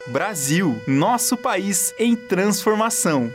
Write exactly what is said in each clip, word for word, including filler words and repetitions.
Brasil, nosso país em transformação.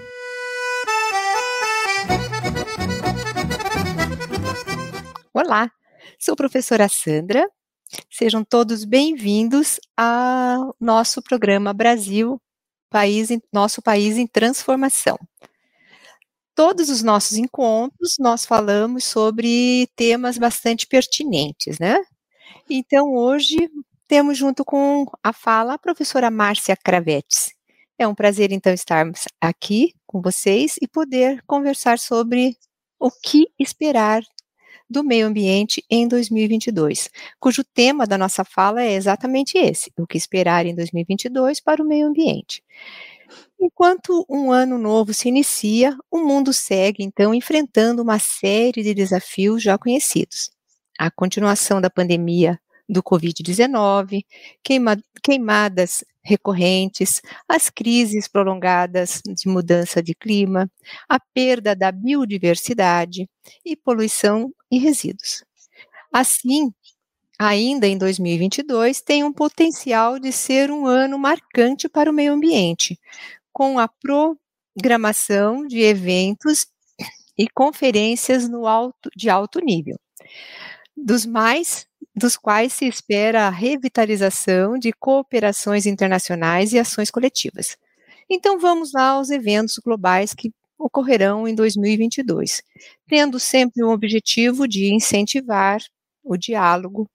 Olá, sou a professora Sandra. Sejam todos bem-vindos ao nosso programa Brasil, país em, nosso país em transformação. Todos os nossos encontros nós falamos sobre temas bastante pertinentes, né? Então hoje temos junto com a fala a professora Márcia Cravetes. É um prazer então estarmos aqui com vocês e poder conversar sobre o que esperar do meio ambiente em dois mil e vinte e dois, cujo tema da nossa fala é exatamente esse, o que esperar em dois mil e vinte e dois para o meio ambiente. Enquanto um ano novo se inicia, o mundo segue, então, enfrentando uma série de desafios já conhecidos. A continuação da pandemia do covid dezenove, queima, queimadas recorrentes, as crises prolongadas de mudança de clima, a perda da biodiversidade e poluição e resíduos. Assim, ainda em dois mil e vinte e dois, tem um potencial de ser um ano marcante para o meio ambiente, com a programação de eventos e conferências no alto, de alto nível, dos mais dos quais se espera a revitalização de cooperações internacionais e ações coletivas. Então vamos lá aos eventos globais que ocorrerão em dois mil e vinte e dois, tendo sempre o objetivo de incentivar o diálogo,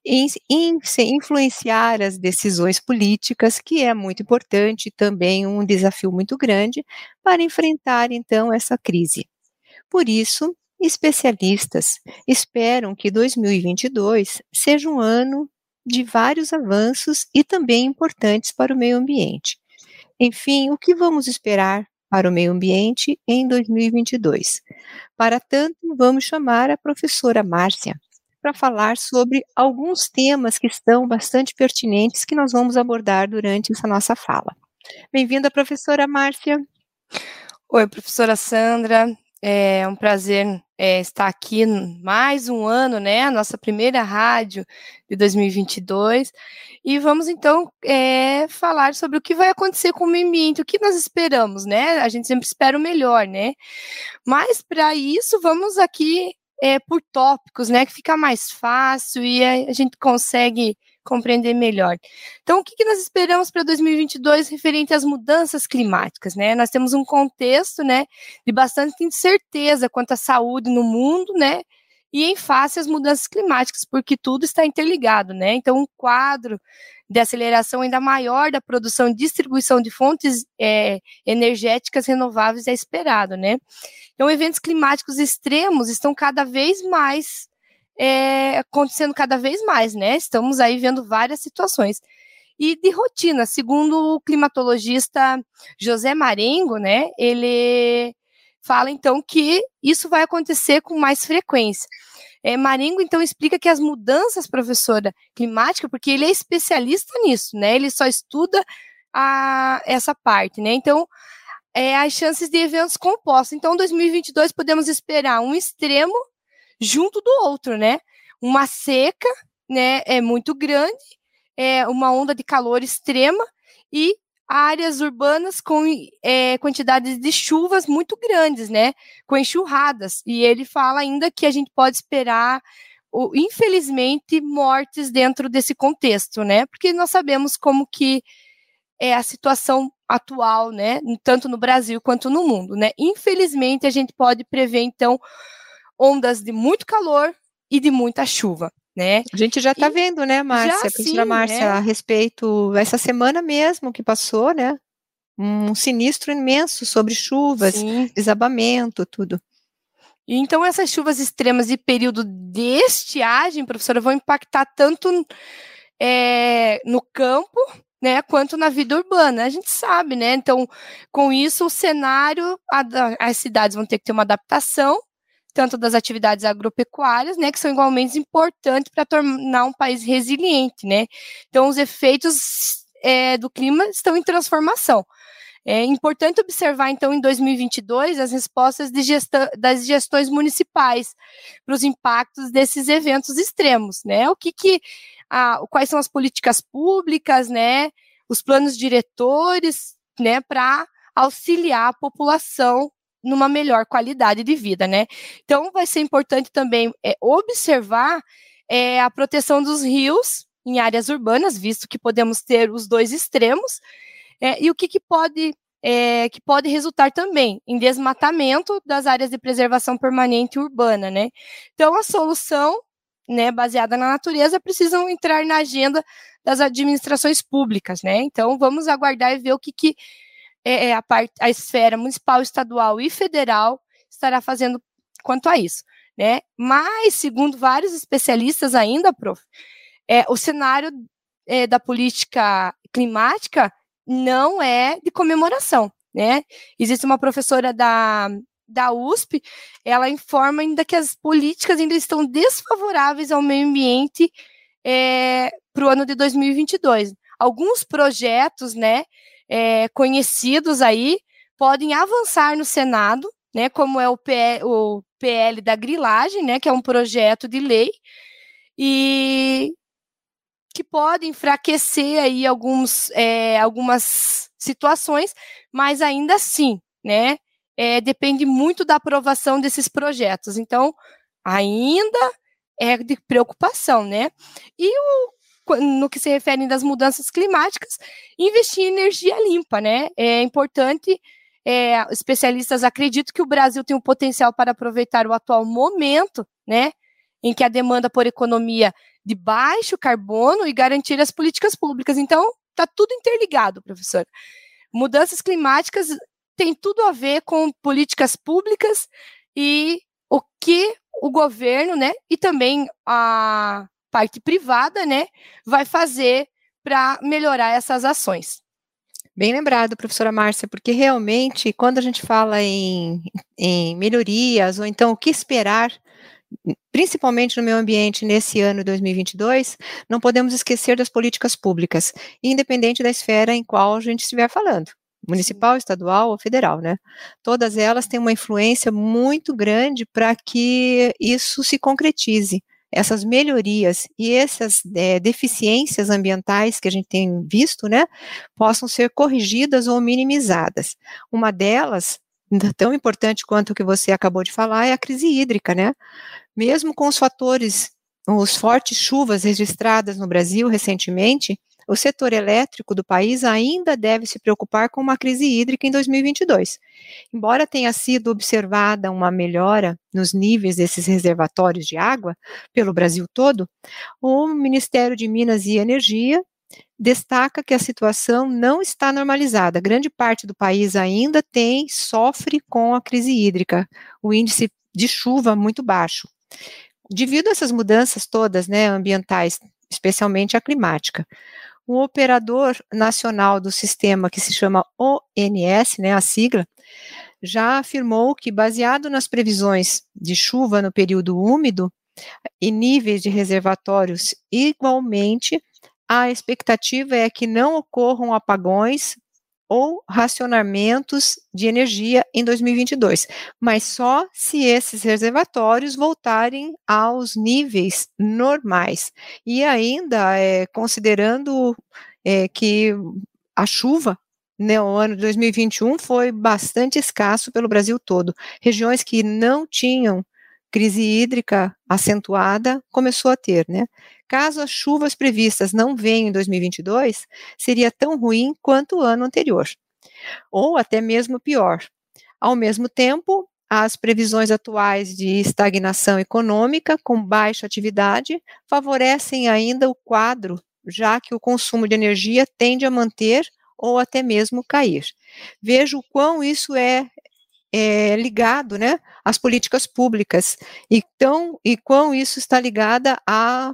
influenciar as decisões políticas, que é muito importante e também um desafio muito grande para enfrentar então essa crise. Por isso, especialistas esperam que dois mil e vinte e dois seja um ano de vários avanços e também importantes para o meio ambiente. Enfim, o que vamos esperar para o meio ambiente em dois mil e vinte e dois? Para tanto, vamos chamar a professora Márcia para falar sobre alguns temas que estão bastante pertinentes que nós vamos abordar durante essa nossa fala. Bem-vinda, professora Márcia. Oi, professora Sandra. É um prazer é, estar aqui mais um ano, né? A nossa primeira rádio de dois mil e vinte e dois. E vamos, então, é, falar sobre o que vai acontecer com o meio ambiente, o que nós esperamos, né? A gente sempre espera o melhor, né? Mas, para isso, vamos aqui é, por tópicos, né? Que fica mais fácil e a, a gente consegue compreender melhor. Então, o que, que nós esperamos para dois mil e vinte e dois referente às mudanças climáticas, né? Nós temos um contexto, né, de bastante incerteza quanto à saúde no mundo, né, e em face às mudanças climáticas, porque tudo está interligado, né? Então, um quadro de aceleração ainda maior da produção e distribuição de fontes é, energéticas renováveis é esperado, né? Então, eventos climáticos extremos estão cada vez mais É, acontecendo cada vez mais, né? Estamos aí vendo várias situações. E de rotina, segundo o climatologista José Marengo, né? Ele fala, então, que isso vai acontecer com mais frequência. É, Marengo, então, explica que as mudanças, professora, climática, porque ele é especialista nisso, né? Ele só estuda a, essa parte, né? Então, é, as chances de eventos compostos. Então, em dois mil e vinte e dois, podemos esperar um extremo junto do outro, né? Uma seca, né, é muito grande, é uma onda de calor extrema e áreas urbanas com é, quantidades de chuvas muito grandes, né? Com enxurradas. E ele fala ainda que a gente pode esperar, o, infelizmente, mortes dentro desse contexto, né? Porque nós sabemos como que é a situação atual, né? Tanto no Brasil quanto no mundo, né? Infelizmente, a gente pode prever, então, ondas de muito calor e de muita chuva, né? A gente já está vendo, né, Márcia? Já, professora sim, Márcia, é. a respeito, essa semana mesmo que passou, né? Um sinistro imenso sobre chuvas, Sim. desabamento, tudo. Então, essas chuvas extremas de período de estiagem, professora, vão impactar tanto é, no campo, né, quanto na vida urbana. A gente sabe, né? Então, com isso, o cenário, a, as cidades vão ter que ter uma adaptação, tanto das atividades agropecuárias, né, que são igualmente importantes para tornar um país resiliente, né? Então, os efeitos é, do clima estão em transformação. É importante observar, então, em dois mil e vinte e dois, as respostas de gestão, das gestões municipais para os impactos desses eventos extremos, né? O que que, a, quais são as políticas públicas, né? os planos diretores, né, para auxiliar a população numa melhor qualidade de vida, né? Então, vai ser importante também é, observar é, a proteção dos rios em áreas urbanas, visto que podemos ter os dois extremos, é, e o que, que pode... É, que pode resultar também em desmatamento das áreas de preservação permanente urbana, né? Então, a solução, né, baseada na natureza, precisam entrar na agenda das administrações públicas, né? Então, vamos aguardar e ver o que, que é, a, part, a esfera municipal, estadual e federal estará fazendo quanto a isso, né? Mas, segundo vários especialistas ainda, prof, é, o cenário é, da política climática não é de comemoração, né? Existe uma professora da, da U S P, ela informa ainda que as políticas ainda estão desfavoráveis ao meio ambiente é, para o ano de dois mil e vinte e dois. Alguns projetos, né, é, conhecidos aí, podem avançar no Senado, né, como é o, P, o P L da grilagem, né, que é um projeto de lei, e que pode enfraquecer aí alguns, é, algumas situações, mas ainda assim, né, é, depende muito da aprovação desses projetos. Então, ainda é de preocupação, né? E o, no que se refere às mudanças climáticas, investir em energia limpa, né? É importante, é, especialistas acreditam que o Brasil tem um potencial para aproveitar o atual momento, né, em que a demanda por economia de baixo carbono e garantir as políticas públicas. Então, está tudo interligado, professora. Mudanças climáticas têm tudo a ver com políticas públicas e o que o governo, né, e também a parte privada, né, vai fazer para melhorar essas ações. Bem lembrado, professora Márcia, porque realmente, quando a gente fala em, em melhorias, ou então o que esperar, principalmente no meio ambiente nesse ano de dois mil e vinte e dois, não podemos esquecer das políticas públicas, independente da esfera em qual a gente estiver falando, municipal, estadual ou federal, né? Todas elas têm uma influência muito grande para que isso se concretize. Essas melhorias e essas é, deficiências ambientais que a gente tem visto, né, possam ser corrigidas ou minimizadas. Uma delas, tão importante quanto o que você acabou de falar, é a crise hídrica, né? Mesmo com os fatores, os fortes chuvas registradas no Brasil recentemente, o setor elétrico do país ainda deve se preocupar com uma crise hídrica em dois mil e vinte e dois. Embora tenha sido observada uma melhora nos níveis desses reservatórios de água pelo Brasil todo, o Ministério de Minas e Energia destaca que a situação não está normalizada. Grande parte do país ainda tem, sofre com a crise hídrica, o índice de chuva muito baixo. Devido a essas mudanças todas, né, ambientais, especialmente a climática, o operador nacional do sistema, que se chama O N S, né, a sigla, já afirmou que, baseado nas previsões de chuva no período úmido e níveis de reservatórios igualmente, a expectativa é que não ocorram apagões ou racionamentos de energia em dois mil e vinte e dois, mas só se esses reservatórios voltarem aos níveis normais. E ainda, é, considerando é, que a chuva, né, o ano de dois mil e vinte e um foi bastante escasso pelo Brasil todo. Regiões que não tinham crise hídrica acentuada, começou a ter, né? Caso as chuvas previstas não venham em dois mil e vinte e dois, seria tão ruim quanto o ano anterior, ou até mesmo pior. Ao mesmo tempo, as previsões atuais de estagnação econômica com baixa atividade favorecem ainda o quadro, já que o consumo de energia tende a manter ou até mesmo cair. Veja o quão isso é É, ligado, né, às políticas públicas, então, e quão isso está ligado a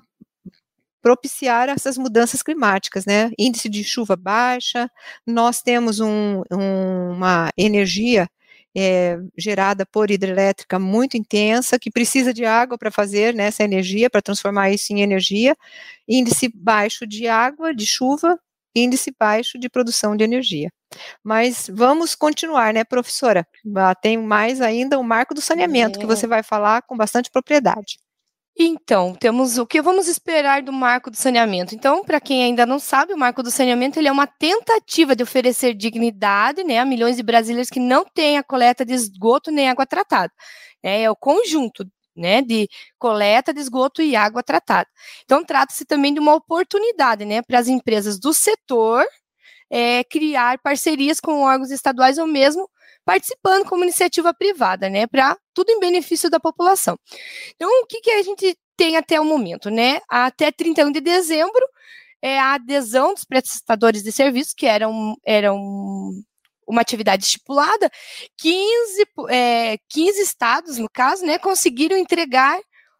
propiciar essas mudanças climáticas, né, índice de chuva baixa, nós temos um, um, uma energia é, gerada por hidrelétrica muito intensa, que precisa de água para fazer, né, essa energia, para transformar isso em energia, índice baixo de água, de chuva, índice baixo de produção de energia. Mas vamos continuar, né, professora? Tem mais ainda o marco do saneamento, é. que você vai falar com bastante propriedade. Então, temos o que vamos esperar do Marco do Saneamento. Então, para quem ainda não sabe, o Marco do Saneamento ele é uma tentativa de oferecer dignidade, né, a milhões de brasileiros que não têm a coleta de esgoto nem água tratada. É, é o conjunto, né, de coleta de esgoto e água tratada. Então, trata-se também de uma oportunidade, né, para as empresas do setor é, criar parcerias com órgãos estaduais ou mesmo participando como iniciativa privada, né, para tudo em benefício da população. Então, o que, que a gente tem até o momento, né? Até trinta e um de dezembro, é a adesão dos prestadores de serviços, que eram, eram uma atividade estipulada, quinze, é, quinze estados, no caso, né, conseguiram entregar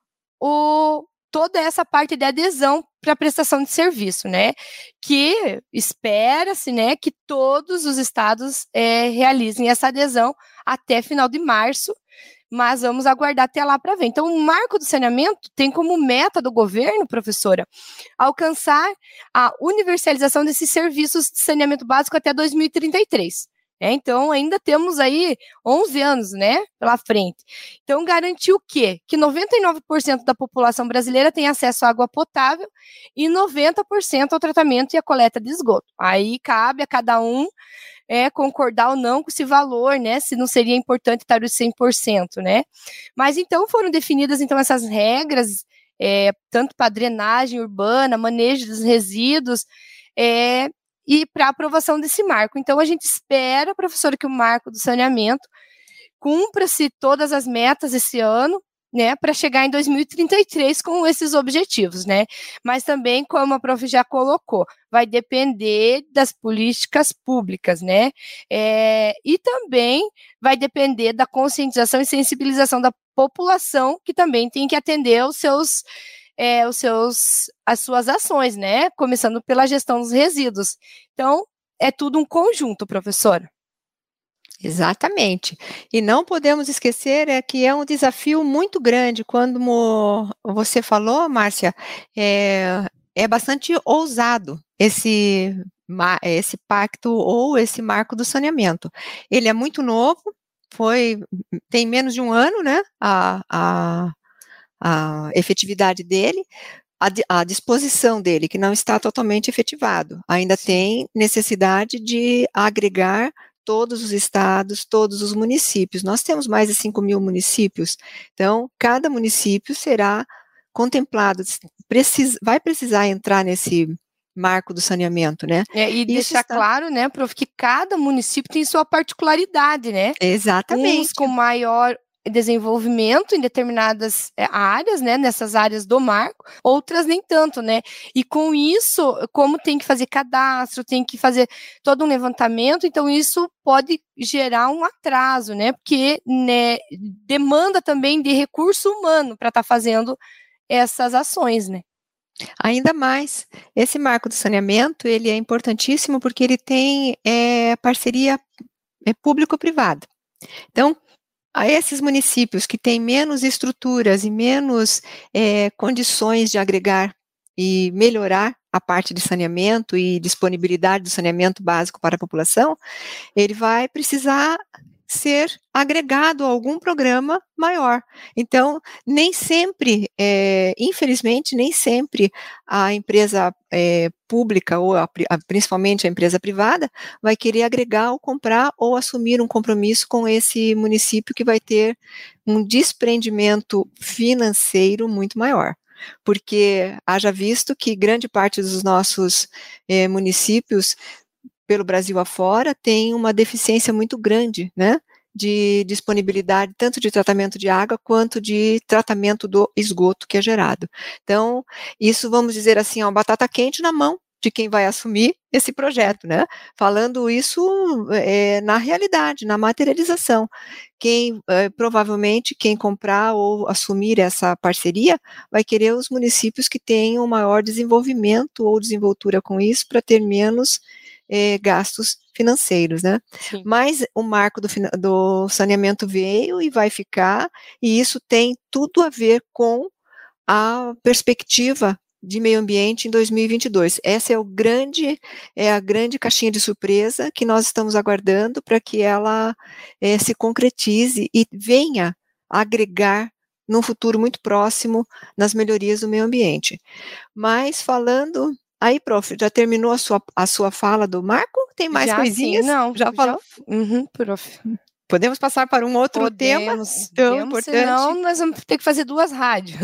o, toda essa parte de adesão para a prestação de serviço, né? Que espera-se, né, que todos os estados é, realizem essa adesão até final de março, mas vamos aguardar até lá para ver. Então, o Marco do Saneamento tem como meta do governo, professora, alcançar a universalização desses serviços de saneamento básico até dois mil e trinta e três. É, então, ainda temos aí onze anos, né, pela frente. Então, garantir o quê? Que noventa e nove por cento da população brasileira tem acesso à água potável e noventa por cento ao tratamento e à coleta de esgoto. Aí cabe a cada um é, concordar ou não com esse valor, né, se não seria importante estar os cem por cento, né. Mas, então, foram definidas, então, essas regras, é, tanto para drenagem urbana, manejo dos resíduos, é, e para aprovação desse marco. Então, a gente espera, professora, que o Marco do Saneamento cumpra-se todas as metas esse ano, né, para chegar em dois mil e trinta e três com esses objetivos, né, mas também, como a prof já colocou, vai depender das políticas públicas, né, é, e também vai depender da conscientização e sensibilização da população, que também tem que atender aos seus É, os seus, as suas ações, né? Começando pela gestão dos resíduos. Então, é tudo um conjunto, professora. Exatamente. E não podemos esquecer é que é um desafio muito grande, quando você falou, Márcia, é, é bastante ousado esse, esse pacto ou esse marco do saneamento. Ele é muito novo, foi, tem menos de um ano, né? A, a a efetividade dele, a, a disposição dele, que não está totalmente efetivado. Ainda Sim. tem necessidade de agregar todos os estados, todos os municípios. Nós temos mais de cinco mil municípios, então, cada município será contemplado, precisa, vai precisar entrar nesse marco do saneamento, né? É, e Isso deixar está... claro, né, prof, que cada município tem sua particularidade, né? Exatamente. Uns com maior desenvolvimento em determinadas é, áreas, né, nessas áreas do marco, outras nem tanto, né, e com isso, como tem que fazer cadastro, tem que fazer todo um levantamento, então isso pode gerar um atraso, né, porque, né, demanda também de recurso humano para estar tá fazendo essas ações, né. Ainda mais, esse marco do saneamento, ele é importantíssimo porque ele tem é, parceria é, público-privada. Então, a esses municípios que têm menos estruturas e menos é, condições de agregar e melhorar a parte de saneamento e disponibilidade do saneamento básico para a população, ele vai precisar ser agregado a algum programa maior. Então, nem sempre, é, infelizmente, nem sempre a empresa é, pública, ou a, a, principalmente a empresa privada, vai querer agregar ou comprar ou assumir um compromisso com esse município que vai ter um desprendimento financeiro muito maior. Porque haja visto que grande parte dos nossos é, municípios pelo Brasil afora, tem uma deficiência muito grande, né, de disponibilidade, tanto de tratamento de água, quanto de tratamento do esgoto que é gerado. Então, isso, vamos dizer assim, é uma batata quente na mão de quem vai assumir esse projeto, né, falando isso é, na realidade, na materialização. Quem, é, provavelmente, quem comprar ou assumir essa parceria, vai querer os municípios que tenham maior desenvolvimento ou desenvoltura com isso, para ter menos É, gastos financeiros, né? Sim. Mas o marco do, do saneamento veio e vai ficar, e isso tem tudo a ver com a perspectiva de meio ambiente em dois mil e vinte e dois. Essa é, o grande, é a grande caixinha de surpresa que nós estamos aguardando para que ela é, se concretize e venha agregar num futuro muito próximo, nas melhorias do meio ambiente. Mas falando... Aí, prof, já terminou a sua, a sua fala do Marco? Tem mais já, coisinhas? Sim, não, já falou? Já, uhum, prof. Podemos passar para um outro Podemos, tema tão podemos, importante? Senão nós vamos ter que fazer duas rádios.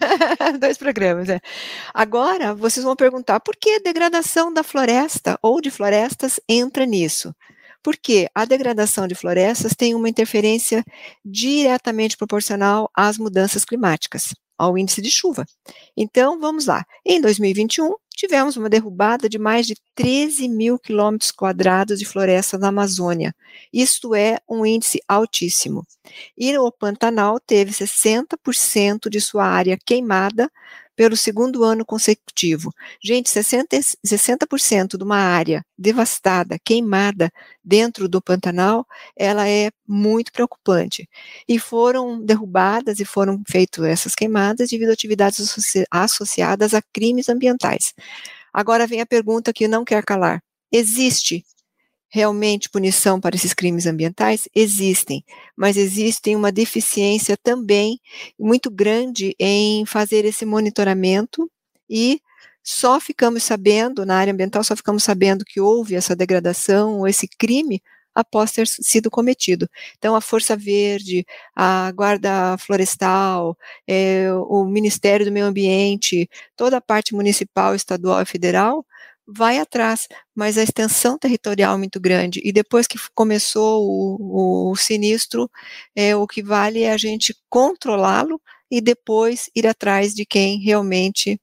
Dois programas, é. Agora, vocês vão perguntar por que a degradação da floresta ou de florestas entra nisso? Porque a degradação de florestas tem uma interferência diretamente proporcional às mudanças climáticas, ao índice de chuva. Então, vamos lá. Em dois mil e vinte e um, tivemos uma derrubada de mais de treze mil quilômetros quadrados de floresta na Amazônia. Isto é um índice altíssimo. E o Pantanal teve sessenta por cento de sua área queimada pelo segundo ano consecutivo. Gente, sessenta por cento de uma área devastada, queimada dentro do Pantanal, ela é muito preocupante. E foram derrubadas e foram feitas essas queimadas devido a atividades associ- associadas a crimes ambientais. Agora vem a pergunta que não quer calar. Existe realmente punição para esses crimes ambientais? Existem, mas existe uma deficiência também muito grande em fazer esse monitoramento e só ficamos sabendo, na área ambiental, só ficamos sabendo que houve essa degradação ou esse crime após ter sido cometido. Então, a Força Verde, a Guarda Florestal, é, o Ministério do Meio Ambiente, toda a parte municipal, estadual e federal, vai atrás, mas a extensão territorial é muito grande, e depois que começou o, o sinistro, é, o que vale é a gente controlá-lo e depois ir atrás de quem realmente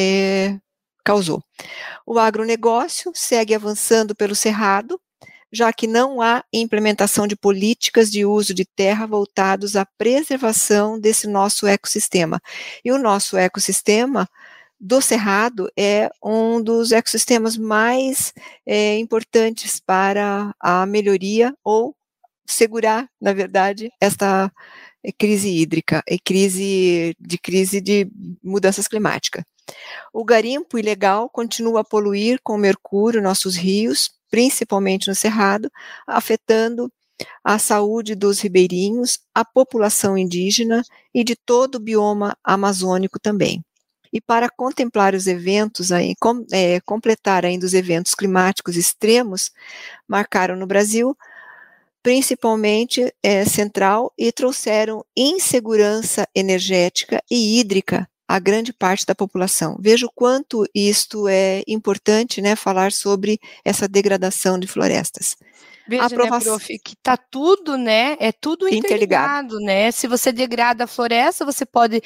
é, causou. O agronegócio segue avançando pelo cerrado, já que não há implementação de políticas de uso de terra voltados à preservação desse nosso ecossistema. E o nosso ecossistema do Cerrado é um dos ecossistemas mais é, importantes para a melhoria ou segurar, na verdade, esta crise hídrica e crise de crise de mudanças climáticas. O garimpo ilegal continua a poluir com mercúrio nossos rios, principalmente no Cerrado, afetando a saúde dos ribeirinhos, a população indígena e de todo o bioma amazônico também. E para contemplar os eventos, aí, com, é, completar ainda os eventos climáticos extremos, marcaram no Brasil, principalmente é, central, e trouxeram insegurança energética e hídrica a grande parte da população. Veja o quanto isto é importante, né, falar sobre essa degradação de florestas. Veja, aprovação... né, prof, que está tudo, né, é tudo interligado, interligado, né, se você degrada a floresta, você pode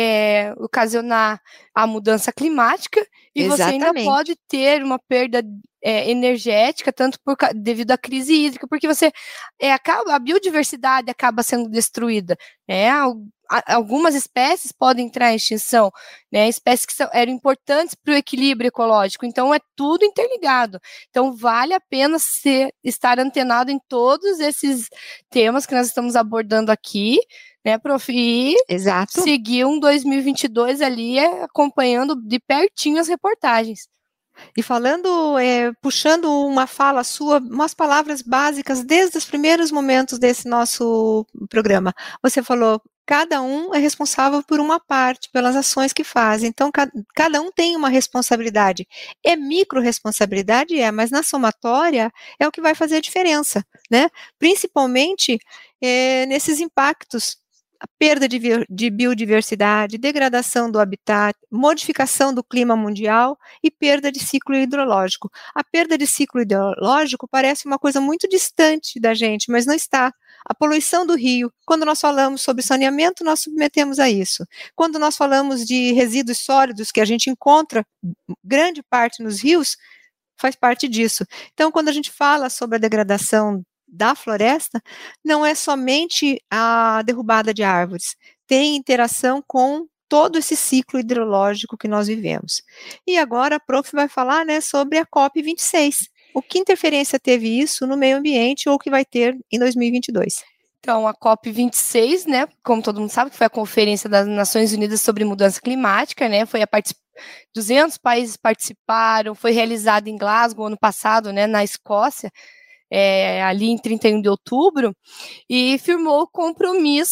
é, ocasionar a mudança climática e Exatamente. Você ainda pode ter uma perda é, energética, tanto por, devido à crise hídrica, porque você, é, acaba, a biodiversidade acaba sendo destruída, né, algumas espécies podem entrar em extinção, né, espécies que são, eram importantes para o equilíbrio ecológico, então é tudo interligado, então vale a pena ser, estar antenado em todos esses temas que nós estamos abordando aqui, né, prof, e Exato. seguir um dois mil e vinte e dois ali é, acompanhando de pertinho as reportagens. E falando, é, puxando uma fala sua, umas palavras básicas desde os primeiros momentos desse nosso programa, você falou, cada um é responsável por uma parte, pelas ações que faz, então cada, cada um tem uma responsabilidade. É micro-responsabilidade? É, mas na somatória é o que vai fazer a diferença, né? Principalmente é, nesses impactos, a perda de, de biodiversidade, degradação do habitat, modificação do clima mundial e perda de ciclo hidrológico. A perda de ciclo hidrológico parece uma coisa muito distante da gente, mas não está. A poluição do rio, quando nós falamos sobre saneamento, nós submetemos a isso. Quando nós falamos de resíduos sólidos que a gente encontra grande parte nos rios, faz parte disso. Então, quando a gente fala sobre a degradação da floresta, não é somente a derrubada de árvores, tem interação com todo esse ciclo hidrológico que nós vivemos. E agora a prof vai falar, né, sobre a COP vinte e seis. O que interferência teve isso no meio ambiente ou o que vai ter em dois mil e vinte e dois? Então, a COP vinte e seis, né, como todo mundo sabe, que foi a Conferência das Nações Unidas sobre Mudança Climática, né, foi a particip... duzentos países participaram, foi realizada em Glasgow ano passado, né, na Escócia, É, ali em trinta e um de outubro, e firmou o compromisso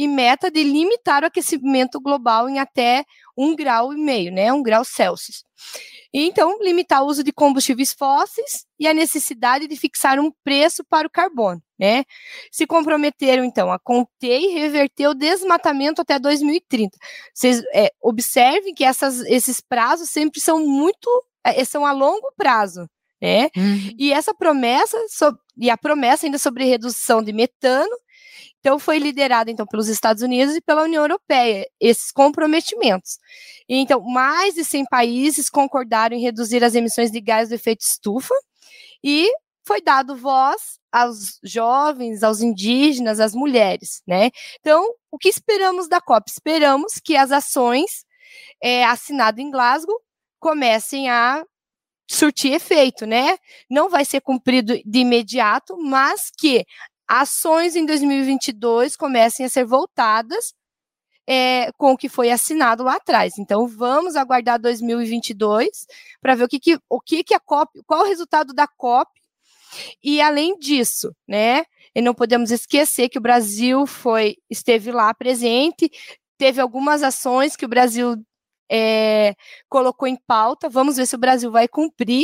e meta de limitar o aquecimento global em até um grau e meio, né, um grau Celsius. E, então, limitar o uso de combustíveis fósseis e a necessidade de fixar um preço para o carbono, né? Se comprometeram, então, a conter e reverter o desmatamento até dois mil e trinta. Vocês é, observem que essas, esses prazos sempre são muito, é, são a longo prazo, né? Uhum. E essa promessa, so, e a promessa ainda sobre redução de metano, então foi liderada então pelos Estados Unidos e pela União Europeia, esses comprometimentos. E, então, mais de cem países concordaram em reduzir as emissões de gás do efeito estufa e foi dado voz aos jovens, aos indígenas, às mulheres, né? Então, o que esperamos da COP? Esperamos que as ações é, assinadas em Glasgow comecem a surtir efeito, né? Não vai ser cumprido de imediato, mas que ações em dois mil e vinte e dois comecem a ser voltadas é, com o que foi assinado lá atrás. Então, vamos aguardar dois mil e vinte e dois para ver o que, que, o que, que a COP, qual o resultado da COP. E, além disso, né, e não podemos esquecer que o Brasil foi, esteve lá presente, teve algumas ações que o Brasil é, colocou em pauta. Vamos ver se o Brasil vai cumprir.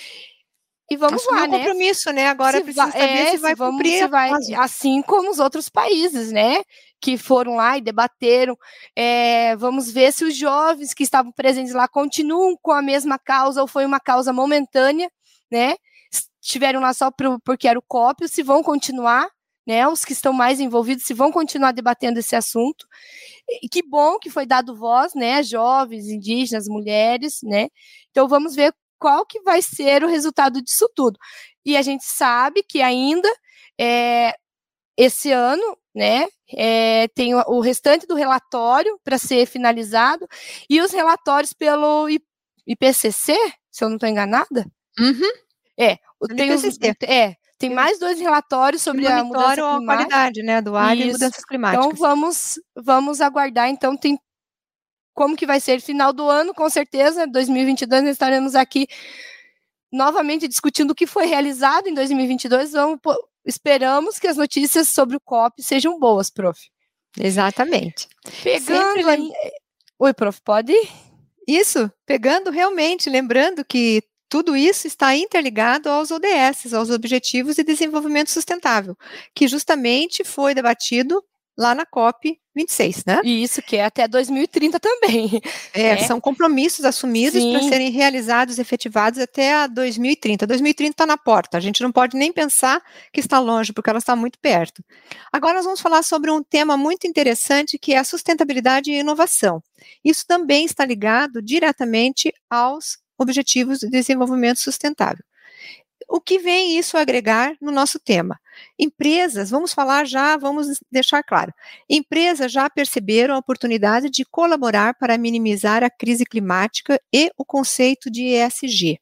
E vamos Assumir lá, um né? compromisso, né? Agora se precisa saber é, se vai se vamos, cumprir. Se vai, assim como os outros países, né? Que foram lá e debateram. É, vamos ver se os jovens que estavam presentes lá continuam com a mesma causa ou foi uma causa momentânea, né? Estiveram lá só pro, porque era o COP, ou se vão continuar, né? Os que estão mais envolvidos, se vão continuar debatendo esse assunto. E que bom que foi dado voz, né? Jovens, indígenas, mulheres, né? Então vamos ver qual que vai ser o resultado disso tudo. E a gente sabe que ainda é, esse ano, né, é, tem o, o restante do relatório para ser finalizado e os relatórios pelo I P C C, se eu não estou enganada. Uhum. É, tem, os, é, tem eu, mais dois relatórios sobre a mudança climática. a qualidade, né, do ar Isso. e mudanças climáticas. Então vamos, vamos aguardar. Então tem como que vai ser final do ano, com certeza, dois mil e vinte e dois, nós estaremos aqui novamente discutindo o que foi realizado em dois mil e vinte e dois. Vamos, esperamos que as notícias sobre o COP sejam boas, prof. Exatamente. Pegando Sempre... aí... Oi, prof, pode ir? Isso, pegando realmente, lembrando que tudo isso está interligado aos O D S, aos Objetivos de Desenvolvimento Sustentável, que justamente foi debatido lá na COP vinte e seis, né? E isso que é até dois mil e trinta também. É, é. São compromissos assumidos para serem realizados, efetivados até a dois mil e trinta. dois mil e trinta está na porta, a gente não pode nem pensar que está longe, porque ela está muito perto. Agora nós vamos falar sobre um tema muito interessante, que é a sustentabilidade e inovação. Isso também está ligado diretamente aos Objetivos de Desenvolvimento Sustentável. O que vem isso agregar no nosso tema? Empresas, vamos falar já, vamos deixar claro, empresas já perceberam a oportunidade de colaborar para minimizar a crise climática e o conceito de E S G.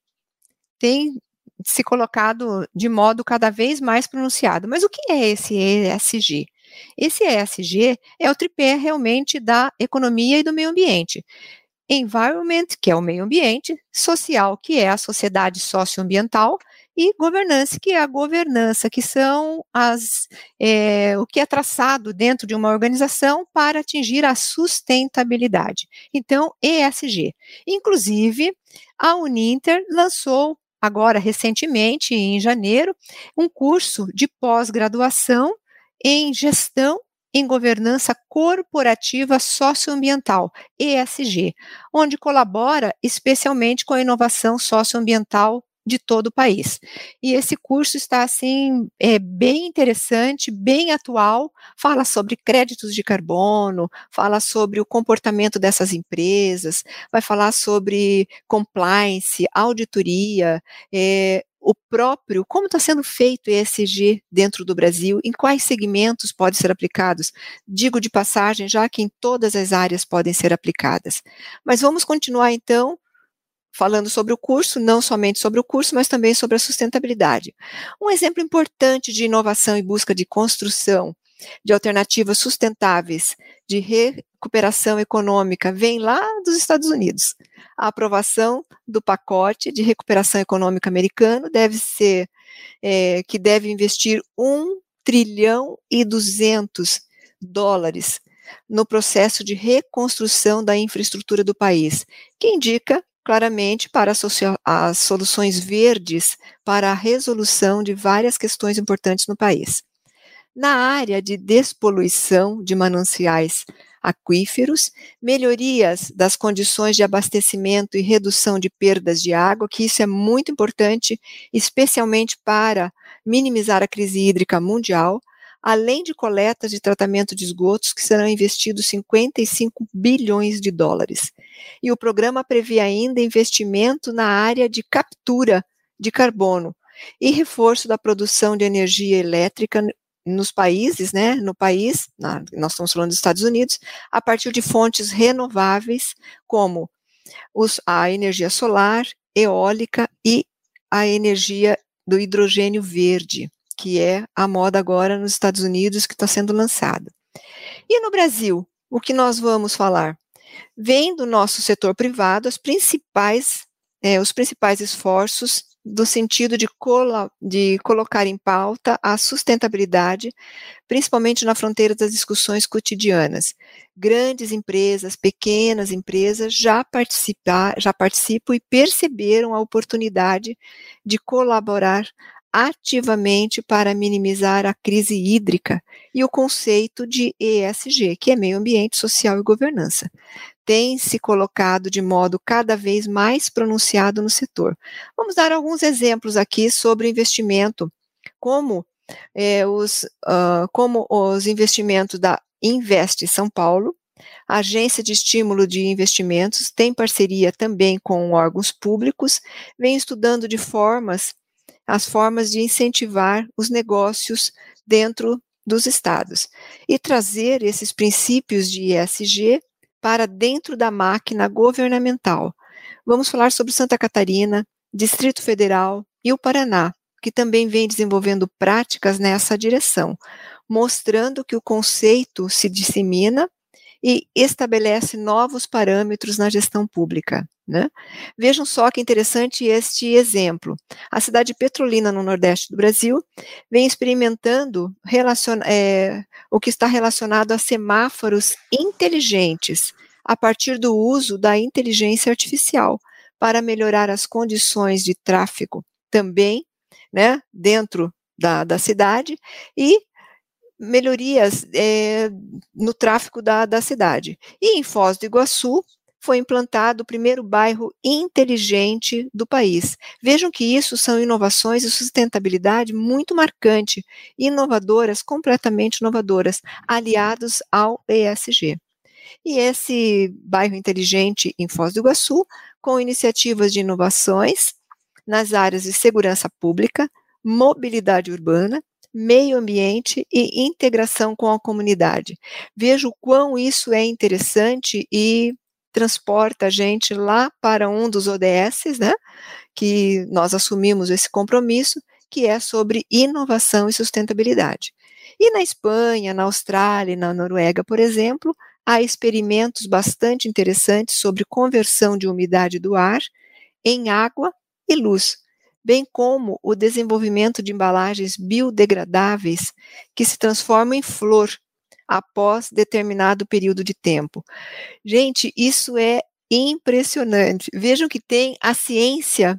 Tem se colocado de modo cada vez mais pronunciado. Mas o que é esse E S G? Esse E S G é o tripé realmente da economia e do meio ambiente. Environment, que é o meio ambiente, social, que é a sociedade socioambiental, e governança, que é a governança, que são as, é, o que é traçado dentro de uma organização para atingir a sustentabilidade. Então, E S G. Inclusive, a Uninter lançou, agora recentemente, em janeiro, um curso de pós-graduação em gestão em governança corporativa socioambiental, E S G, onde colabora especialmente com a inovação socioambiental de todo o país. E esse curso está, assim, é, bem interessante, bem atual, fala sobre créditos de carbono, fala sobre o comportamento dessas empresas, vai falar sobre compliance, auditoria, é, o próprio, como está sendo feito o E S G dentro do Brasil, em quais segmentos pode ser aplicados, digo de passagem, já que em todas as áreas podem ser aplicadas. Mas vamos continuar, então, falando sobre o curso, não somente sobre o curso, mas também sobre a sustentabilidade. Um exemplo importante de inovação e busca de construção de alternativas sustentáveis de recuperação econômica vem lá dos Estados Unidos. A aprovação do pacote de recuperação econômica americano deve ser, é, que deve investir um trilhão e duzentos dólares no processo de reconstrução da infraestrutura do país, que indica claramente para as soluções verdes para a resolução de várias questões importantes no país. Na área de despoluição de mananciais aquíferos, melhorias das condições de abastecimento e redução de perdas de água, que isso é muito importante, especialmente para minimizar a crise hídrica mundial, além de coletas de tratamento de esgotos, que serão investidos cinquenta e cinco bilhões de dólares. E o programa prevê ainda investimento na área de captura de carbono e reforço da produção de energia elétrica nos países, né, no país, na, nós estamos falando dos Estados Unidos, a partir de fontes renováveis, como os, a energia solar, eólica e a energia do hidrogênio verde, que é a moda agora nos Estados Unidos, que está sendo lançada. E no Brasil, o que nós vamos falar? Vem do nosso setor privado as principais, é, os principais esforços do sentido de, colo- de colocar em pauta a sustentabilidade, principalmente na fronteira das discussões cotidianas. Grandes empresas, pequenas empresas já, participa- já participam e perceberam a oportunidade de colaborar ativamente para minimizar a crise hídrica e o conceito de E S G, que é Meio Ambiente, Social e Governança, tem se colocado de modo cada vez mais pronunciado no setor. Vamos dar alguns exemplos aqui sobre investimento, como, eh, os, uh, como os investimentos da Invest São Paulo, a Agência de Estímulo de Investimentos, tem parceria também com órgãos públicos, vem estudando de formas as formas de incentivar os negócios dentro dos estados e trazer esses princípios de E S G para dentro da máquina governamental. Vamos falar sobre Santa Catarina, Distrito Federal e o Paraná, que também vem desenvolvendo práticas nessa direção, mostrando que o conceito se dissemina e estabelece novos parâmetros na gestão pública, né? Vejam só que interessante este exemplo. A cidade de Petrolina, no Nordeste do Brasil, vem experimentando relacion, é, o que está relacionado a semáforos inteligentes, a partir do uso da inteligência artificial, para melhorar as condições de tráfego também, né, dentro da, da cidade, e melhorias é, no tráfego da, da cidade. E em Foz do Iguaçu foi implantado o primeiro bairro inteligente do país. Vejam que isso são inovações e sustentabilidade muito marcante, inovadoras, completamente inovadoras, aliados ao E S G. E esse bairro inteligente em Foz do Iguaçu, com iniciativas de inovações nas áreas de segurança pública, mobilidade urbana, meio ambiente e integração com a comunidade. Veja o quão isso é interessante e transporta a gente lá para um dos O D S, né, que nós assumimos esse compromisso, que é sobre inovação e sustentabilidade. E na Espanha, na Austrália e na Noruega, por exemplo, há experimentos bastante interessantes sobre conversão de umidade do ar em água e luz, bem como o desenvolvimento de embalagens biodegradáveis que se transformam em flor após determinado período de tempo. Gente, isso é impressionante. Vejam que tem a ciência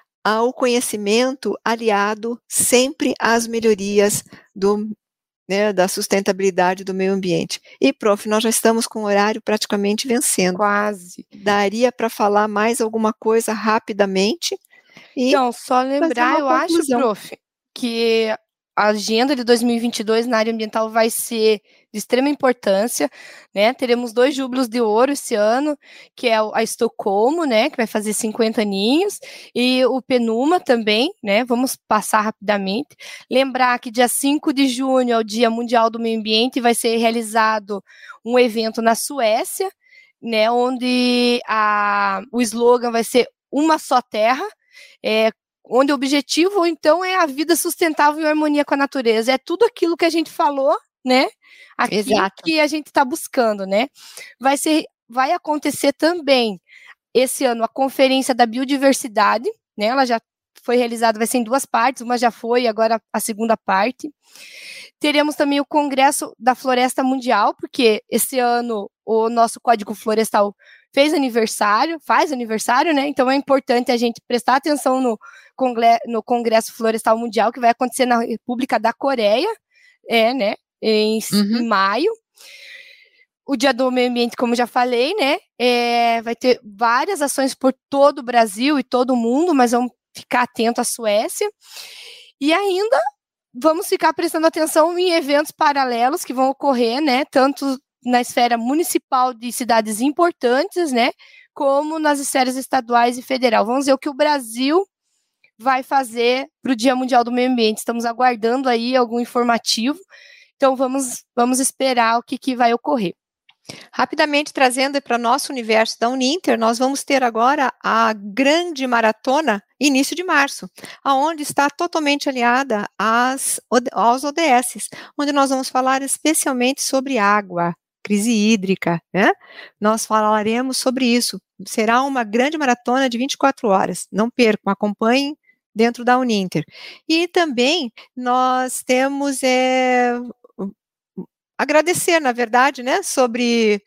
ao conhecimento aliado sempre às melhorias do, né, da sustentabilidade do meio ambiente. E, prof, nós já estamos com o horário praticamente vencendo. Quase. Daria para falar mais alguma coisa rapidamente? E então, só lembrar, eu conclusão. acho, prof, que a agenda de dois mil e vinte e dois na área ambiental vai ser de extrema importância, né? Teremos dois júbilos de ouro esse ano, que é a Estocolmo, né, que vai fazer cinquenta aninhos, e o Penuma também, né? Vamos passar rapidamente. Lembrar que dia cinco de junho é o Dia Mundial do Meio Ambiente, vai ser realizado um evento na Suécia, né, onde a, o slogan vai ser Uma Só Terra, é, onde o objetivo, então, é a vida sustentável em harmonia com a natureza. É tudo aquilo que a gente falou, né? Aqui Exato. Que a gente está buscando, né? Vai ser, vai acontecer também esse ano a Conferência da Biodiversidade, né? Ela já foi realizado, vai ser em duas partes, uma já foi, agora a segunda parte. Teremos também o Congresso da Floresta Mundial, porque esse ano o nosso Código Florestal fez aniversário, faz aniversário, né? Então é importante a gente prestar atenção no, Congre- no Congresso Florestal Mundial, que vai acontecer na República da Coreia, é, né? Em, uhum. em maio. O Dia do Meio Ambiente, como já falei, né? É, vai ter várias ações por todo o Brasil e todo o mundo, mas vamos ficar atento à Suécia. E ainda vamos ficar prestando atenção em eventos paralelos que vão ocorrer, né? Tanto na esfera municipal de cidades importantes, né? Como nas esferas estaduais e federal. Vamos ver o que o Brasil vai fazer para o Dia Mundial do Meio Ambiente. Estamos aguardando aí algum informativo. Então, vamos, vamos esperar o que, que vai ocorrer. Rapidamente trazendo para o nosso universo da Uninter, nós vamos ter agora a grande maratona início de março, aonde está totalmente aliada às, aos O D S, onde nós vamos falar especialmente sobre água, crise hídrica, né? Nós falaremos sobre isso. Será uma grande maratona de vinte e quatro horas. Não percam, acompanhem dentro da Uninter. E também nós temos é, agradecer, na verdade, né, sobre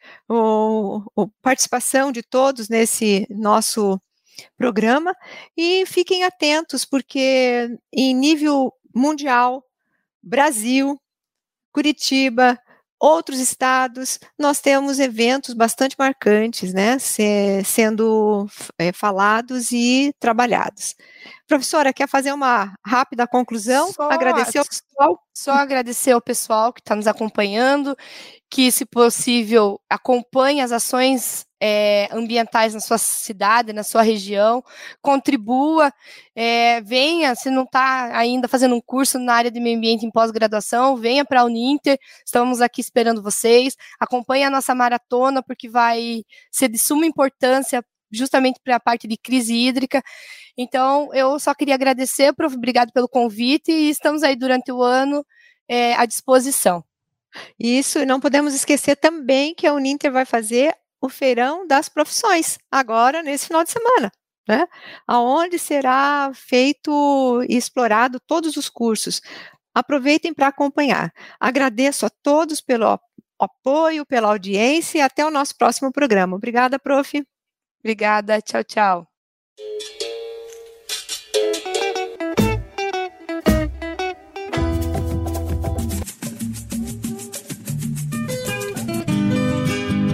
a participação de todos nesse nosso programa, e fiquem atentos, porque em nível mundial, Brasil, Curitiba, outros estados, nós temos eventos bastante marcantes, né, se, sendo é, falados e trabalhados. Professora, quer fazer uma rápida conclusão? Só, agradecer ao pessoal? Só agradecer ao pessoal que está nos acompanhando, que, se possível, acompanhe as ações é, ambientais na sua cidade, na sua região, contribua, é, venha, se não está ainda fazendo um curso na área de meio ambiente em pós-graduação, venha para a Uninter, estamos aqui esperando vocês, acompanhe a nossa maratona, porque vai ser de suma importância justamente para a parte de crise hídrica. Então, eu só queria agradecer, prof, obrigado pelo convite, e estamos aí durante o ano é, à disposição. Isso, e não podemos esquecer também que a Uninter vai fazer o Feirão das Profissões, agora, nesse final de semana, né? Onde será feito e explorado todos os cursos. Aproveitem para acompanhar. Agradeço a todos pelo apoio, pela audiência, e até o nosso próximo programa. Obrigada, prof. Obrigada, tchau, tchau.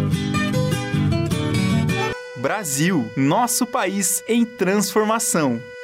Brasil, nosso país em transformação.